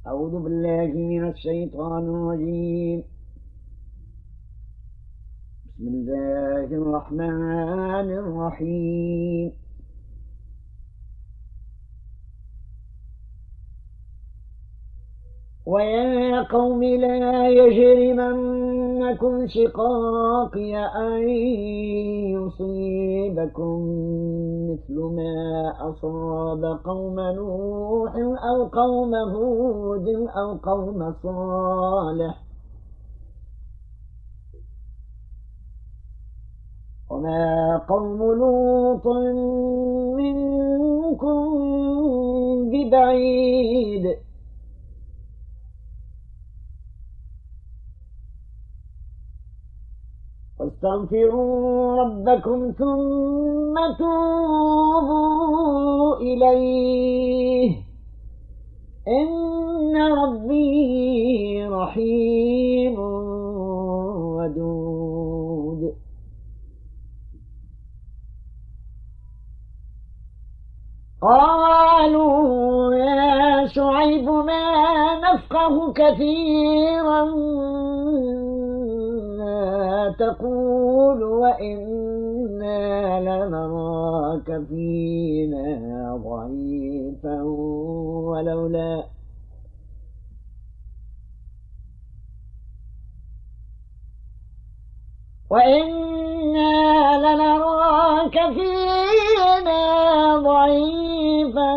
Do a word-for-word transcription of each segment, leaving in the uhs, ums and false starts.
أعوذ بالله من الشيطان الرجيم. بسم الله الرحمن الرحيم. ويا قوم لا يجرمنكم شقاقي أن يصيبكم مثل ما أصاب قوم نوح أو قوم هود أو قوم صالح، وما قوم لوط منكم ببعيد، واستغفروا ربكم ثم توبوا إليه إن ربي رحيم ودود. قالوا يا شعيب ما نفقه كثيرا ما تقول وإنا لنراك فينا ضعيفا ولولا وإنا لنراك فينا ضعيفا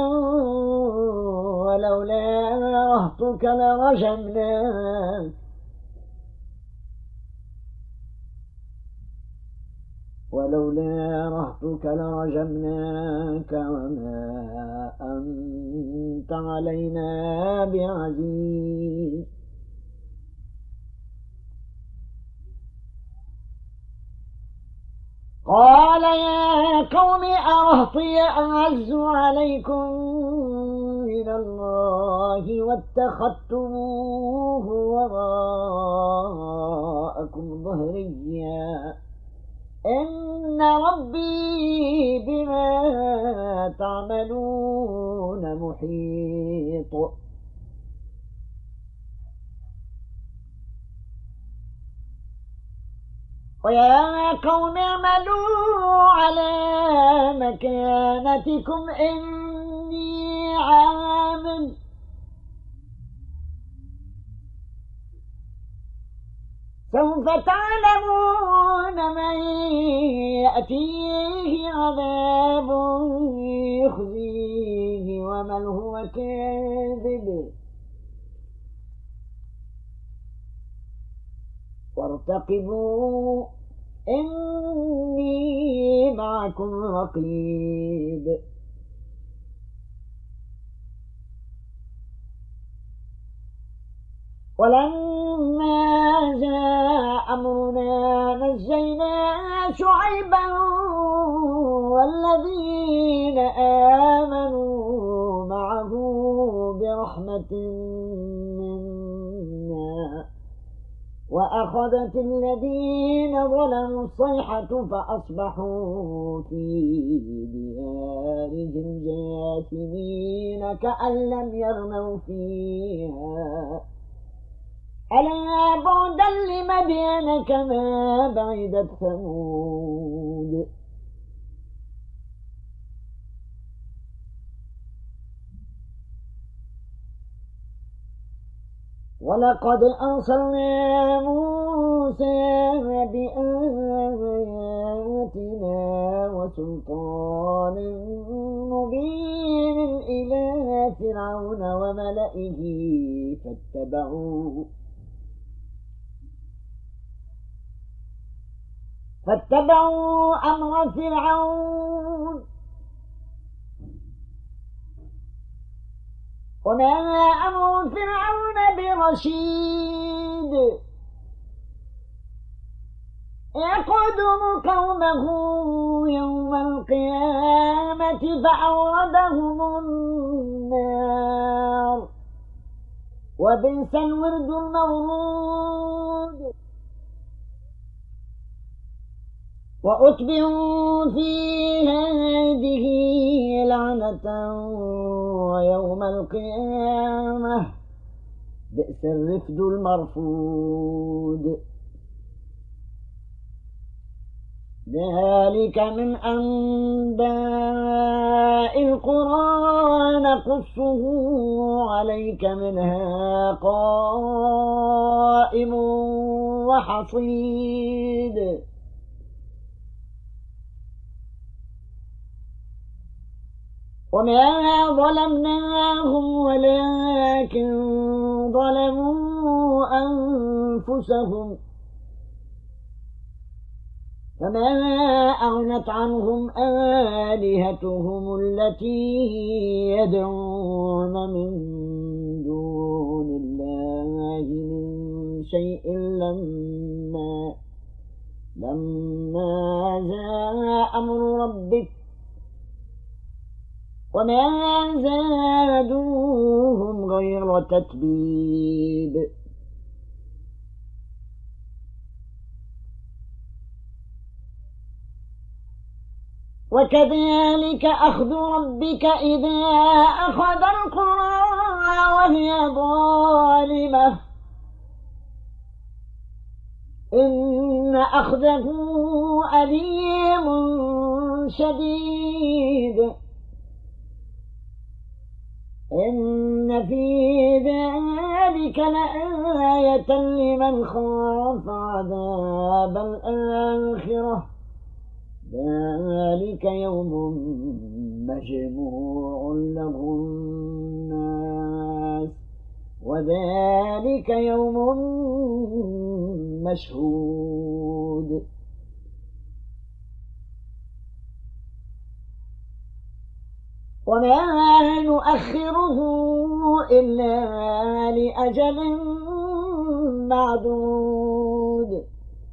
ولولا رهطك لرجمناك ولولا رهطك لرجمناك وما أنت علينا بعزيز. قال يا قوم أرهطي أعز عليكم من الله واتخذتموه وراءكم ظهريا إن ربي بما تعملون محيط. ويا قوم اعملوا على مكانتكم إني عامل سوف تعلمون من يأتيه عذاب يخزيه ومن هو كاذب وارتقبوا إني معكم رقيب. ولما جاء أمرنا نجينا شعيبا والذين آمنوا معه برحمة منا وأخذت الذين ظلموا الصيحة فأصبحوا في ديارهم جاثمين كأن لم يغنوا فيها ألا بعدا لمدين كما بعدت ثمود. ولقد أرسلنا موسى بآياتنا وسلطان مبين إلى فرعون وملئه فاتبعوا فاتبعوا أمر فرعون وما أمر فرعون برشيد يقدم قومه يوم القيامة فأوردهم النار وبئس الورد المورود. وأتبعوا في هذه لعنة ويوم القيامة بئس الرفد المرفود. ذلك من أنباء القرى نقصه عليك منها قائم وحصيد. وما ظلمناهم ولكن ظلموا أنفسهم فما أغنت عنهم آلهتهم التي يدعون من دون الله من شيء لما لما جاء أمر ربك وما زادوهم غير تتبيب. وكذلك أخذ ربك إذا أخذ القرى وهي ظالمة إن أخذه أليم شديد. إن في ذلك لآية لمن خاف عذاب الآخرة ذلك يوم مجموع له الناس وذلك يوم مشهود. وما نؤخره إلا لأجل معدود.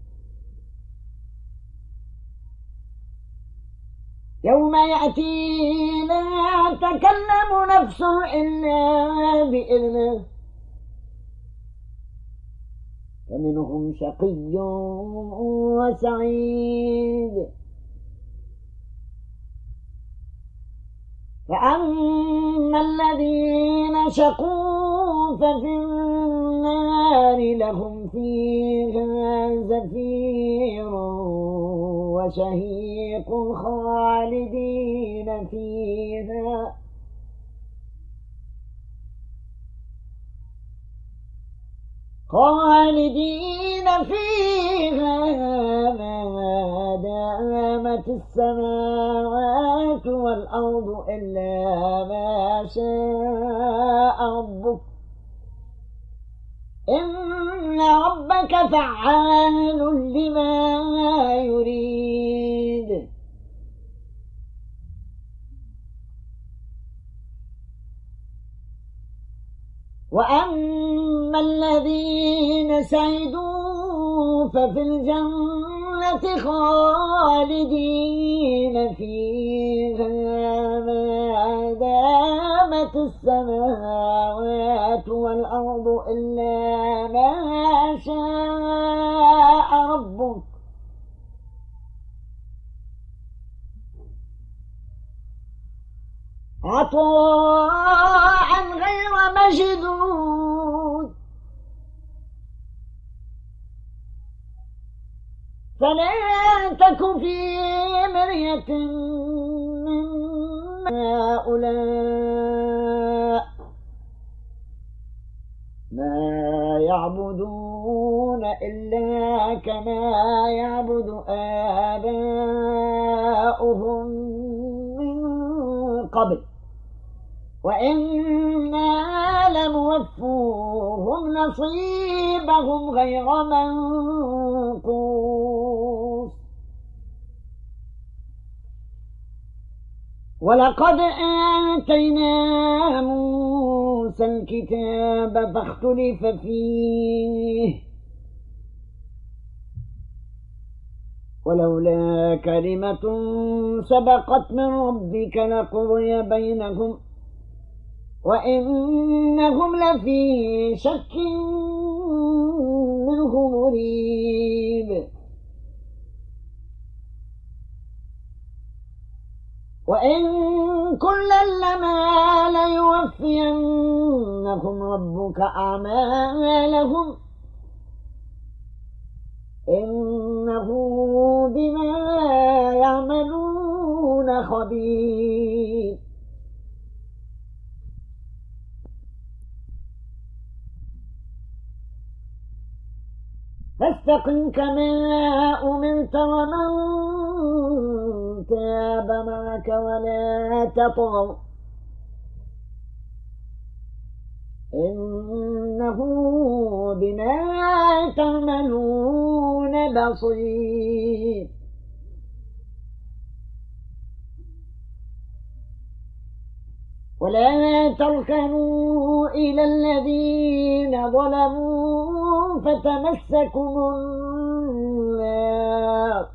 يوم يأتي لا تكلم نفس إلا بإذنه فمنهم شقي وسعيد. فأما الذين شقوا ففي النار لهم فيها زفير وشهيق خالدين فيها خالدين فيها ما دامت السماوات والأرض إلا ما شاء ربك إن ربك فعال لما يريد. وأما الذين سعدوا ففي الجنة خالدين فيها ما دامت السماوات والأرض إلا ما شاء ربك عطاء غير مجدود. فلا تك في مرية من هؤلاء ما يعبدون إلا كما يعبد آباؤهم من قبل وإنا لموفوهم نصيبهم غير منقوص. ولقد آتينا موسى الكتاب فاختلف فيه ولولا كلمة سبقت من ربك لقضي بينهم وإنهم لفي شك منه مريب. وإن كلا لما ليوفينهم ليرينهم ربك أعمالهم إنه بما يعملون خبير فاستقم كما أمرت ومن تاب معك ولا تطغوا إنه بما تعملون بصير ولا تركنوا إلى الذين ظلموا فتمسكم النار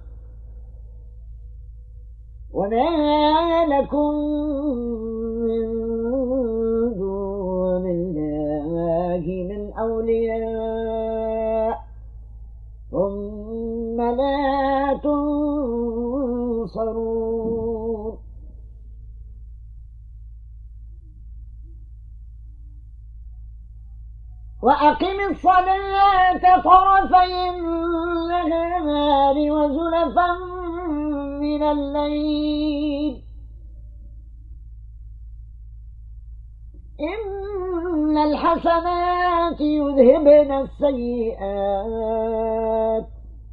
وما لكم من دون الله من أولياء ثم لا تنصرون وأقم الصلاة طرفي النهار وزلفا من الليل إن الحسنات يذهبن السيئات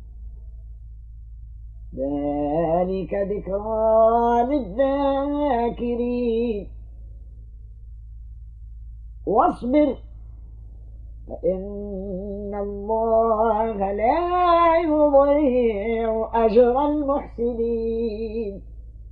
ذلك ذكرى للذاكرين واصبر فإن الله لا يضيع أجر المحسنين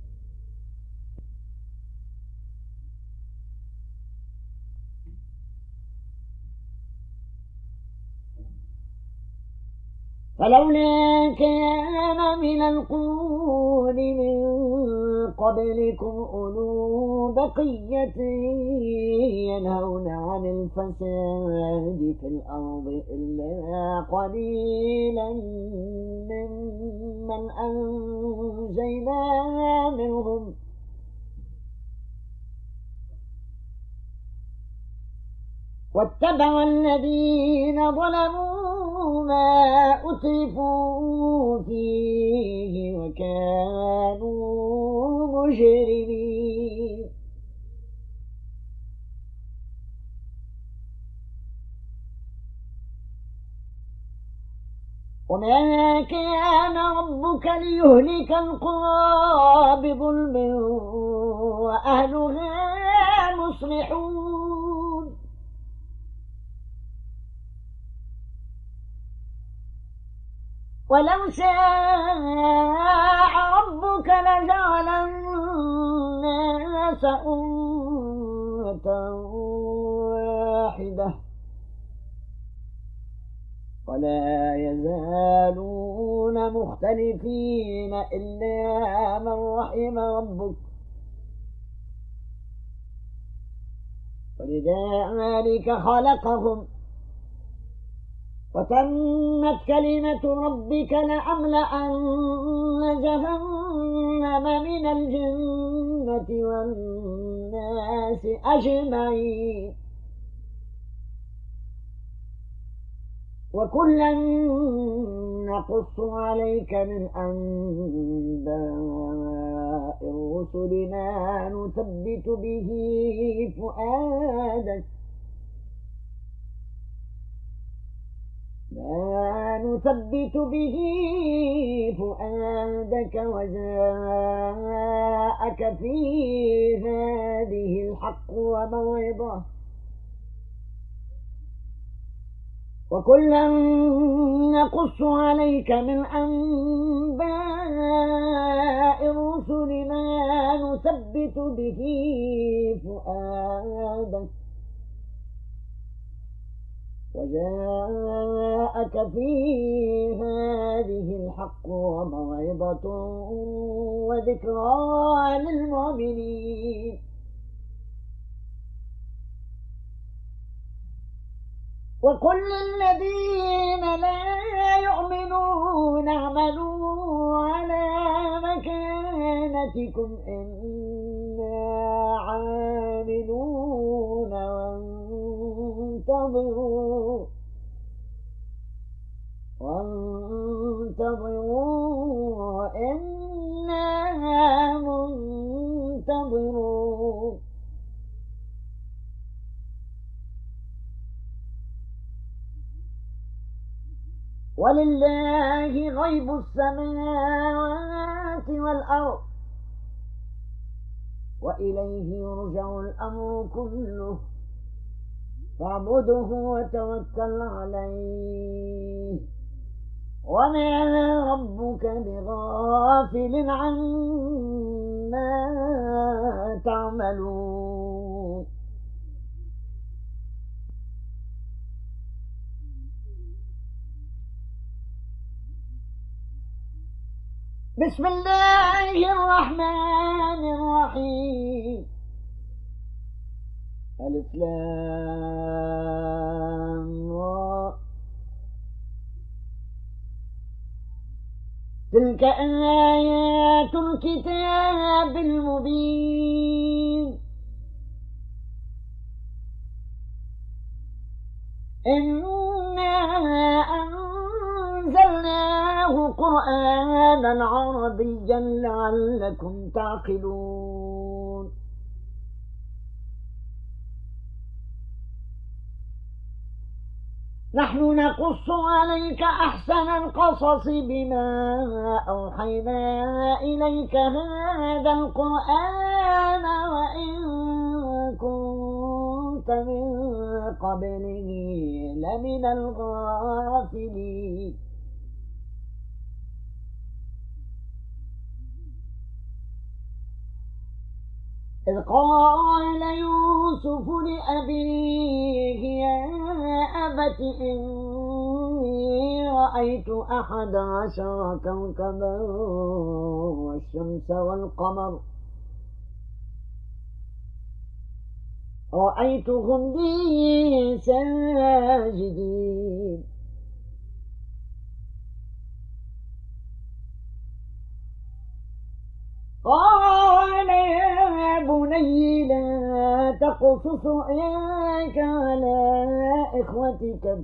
فلولا كان من القرون من قبلكم أولو بقية ينهون عن الفساد في الأرض إلا قليلا ممن أنجينا منهم واتبع الذين ظلموا ما أترفوا فيه وكانوا مجرمين وما كان ربك ليهلك القرى بظلم وأهلها مصلحون ولو شاء ربك لجعل الناس أمة واحدة ولا يزالون مختلفين إلا من رحم ربك ولذلك خلقهم وتمت كلمة ربك لأملأن جهنم من الجنة والناس أجمعين وكلا نقص عليك من أنباء الرسل ما نثبت به فؤادك ما نثبت به فؤادك وجاءك في هذه الحق وموعظة وكلا نقص عليك من أنباء الرسل ما نثبت به فؤادك وجاءك في هذه الحق وموعظة وذكرى للمؤمنين وقل للذين لا يؤمنون اعملوا على مكانتكم إنا عاملون وانتظروا وانتظروا إنا منتظرون ولله غيب السماوات والأرض وإليه يرجع الأمر كله فاعبده وتوكل عليه وما ربك بغافل عما تعملون بسم الله الرحمن الرحيم ألف لام را تلك آيات الكتاب المبين إنا أنزلناه قرآنا عربيا لعلكم تعقلون نحن نقص عليك أحسن القصص بما أوحينا إليك هذا القرآن وإن كنت من قبله لمن الغافلين إذ قال يوسف لأبيه يا أبت إني رأيت أحد عشر كوكبا والشمس والقمر رأيتهم لي ساجدين قال يا بني لا تقصص رؤياك على إخوتك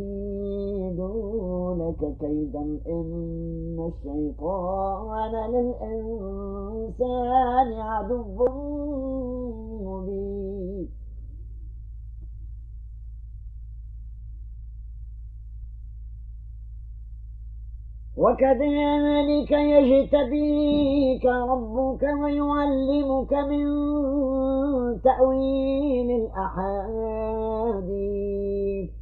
فيكيدوا لك كيدا إن الشيطان للإنسان عدو مبين وكذلك يجتبيك ربك ويعلمك من تأويل الأحاديث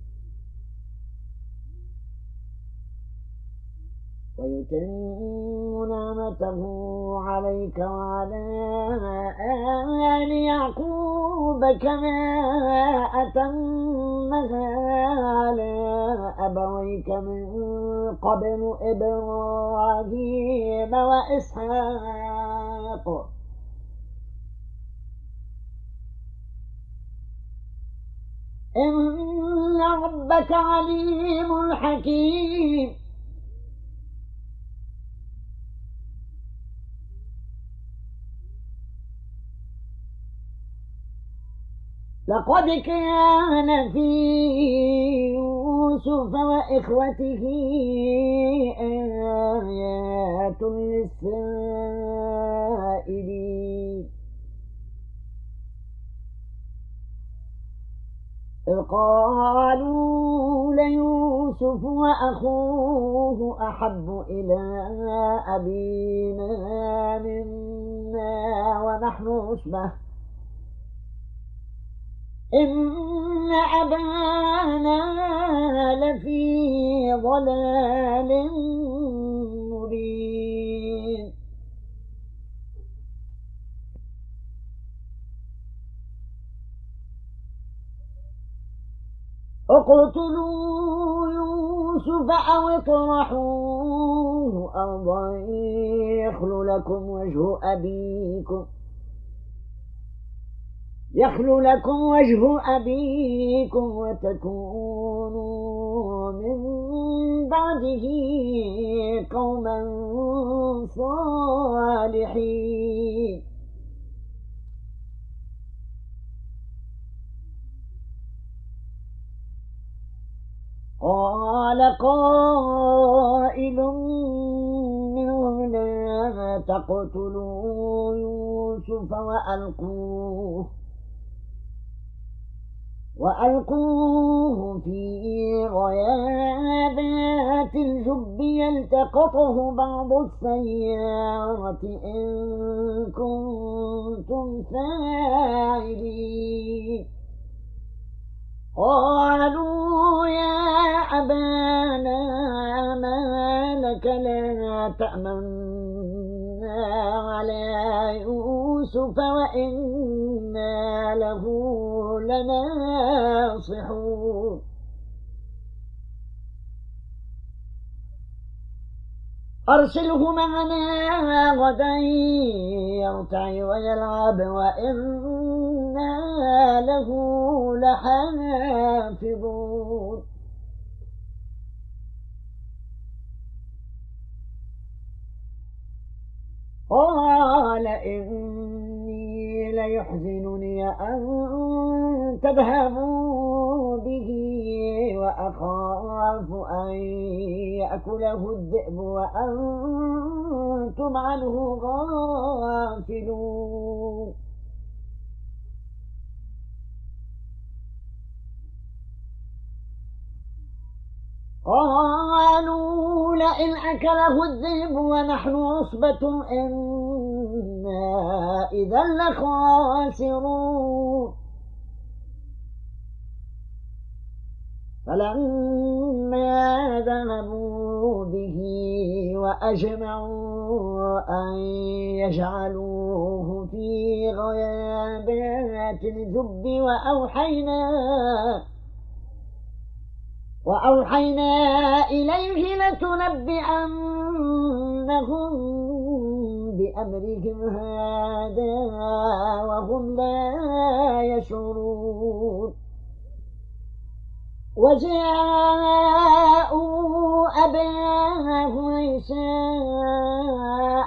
ويتم نعمته عليك وعلى آل يعقوب كما أتمها على أبويك من قبل إبراهيم وإسحاق إن ربك عليم حكيم لقد كان في يوسف وإخوته آيات للسائلين إذ قالوا ليوسف وأخوه أحب إلى أبينا منا ونحن عصبة إن أبانا لفي ضلال مبين اقتلوا يوسف أو اطرحوه أرضا يخل لكم وجه أبيكم يخل لكم وجه أبيكم وتكونوا من بعده قوما صالحين قال قائل منهم لا تقتلوا يوسف وألقوه وألقوه في غيابات الجب يلتقطه بعض السيارة إن كنتم فاعلين قالوا يا أبانا ما لك لا تأمنا على يوسف وإنا له لناصحون أرسله معنا غدا يرتع ويلعب وإنا له لحافظون قال إني ليحزنني أن تذهبوا به وأخاف أن يأكله الذئب وأنتم عنه غافلون قالوا لئن أكله الذئب ونحن عصبة إنا إذا لخاسرون فلما ذهبوا به وأجمعوا أن يجعلوه في غيابات الجب وأوحينا وأوحينا إليه لتنبئنهم بأمرهم هذا وهم لا يشعرون وجاءوا أباه عشاء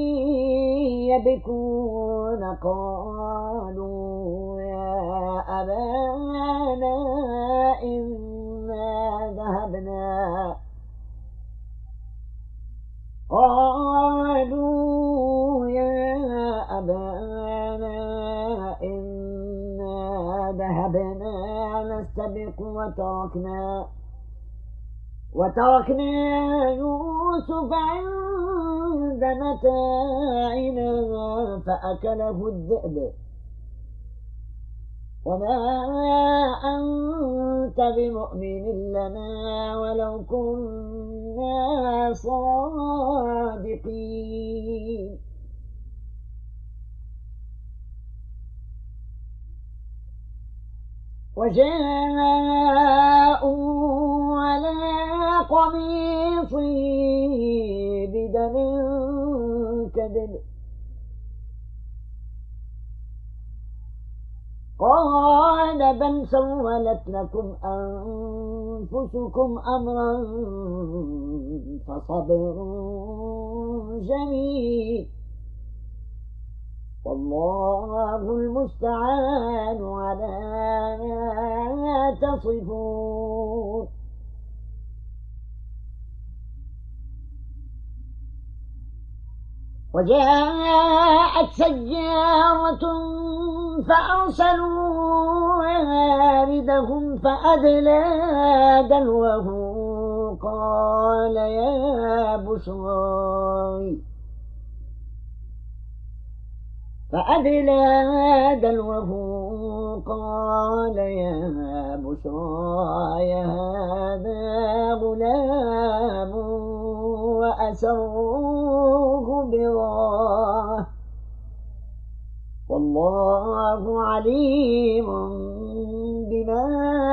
يبكون قالوا يا أبانا إنا ذهبنا قالوا يا أبانا إنا ذهبنا نستبق وتركنا وتركنا يوسف عند متاعنا فأكله الذئب وما أنت بمؤمن لنا ولو كنا صادقين وجاءوا على قميصه بدم كذب قال بل سولت لكم أنفسكم أمرا فصبر جميل والله المستعان على ما تصفون وجاءت سيارة فأرسلوا واردهم فأدلى دلوه قال يا بشرى فأدلى دلوه قال يا بشرى هذا غلام وأسروه بضاعة والله عليم بما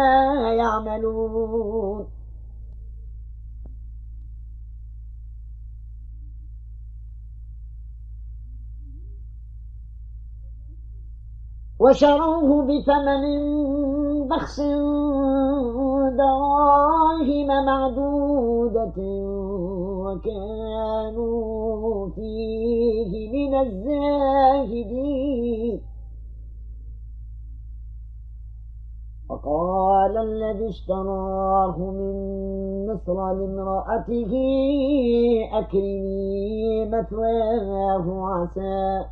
يعملون وشروه بثمن بخس دراهم معدودة وكانوا فيه من الزاهدين وقال الذي اشتراه من مصر لامرأته أكرمي مثواه عسى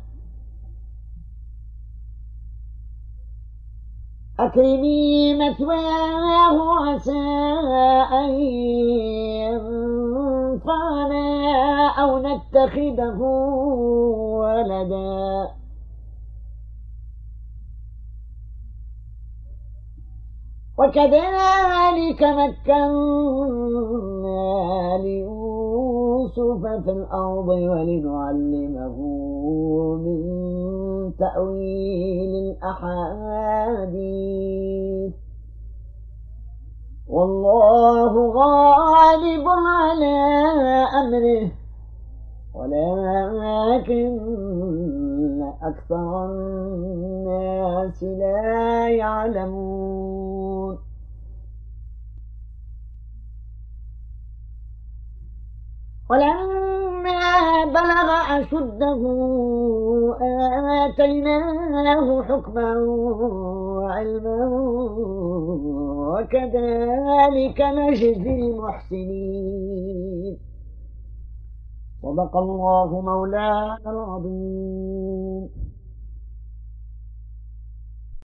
أكرمي مثواه عسى أن ينفعنا أو نتخذه ولدا وكذلك مكنا ليوسف في الأرض ولنعلمه من تأويل الأحاديث والله غالب على أمره ولكن أكثر الناس لا يعلمون ولما بلغ أشده آتيناه حكما وعلما وكذلك نجزي المحسنين صدق الله مولانا العظيم.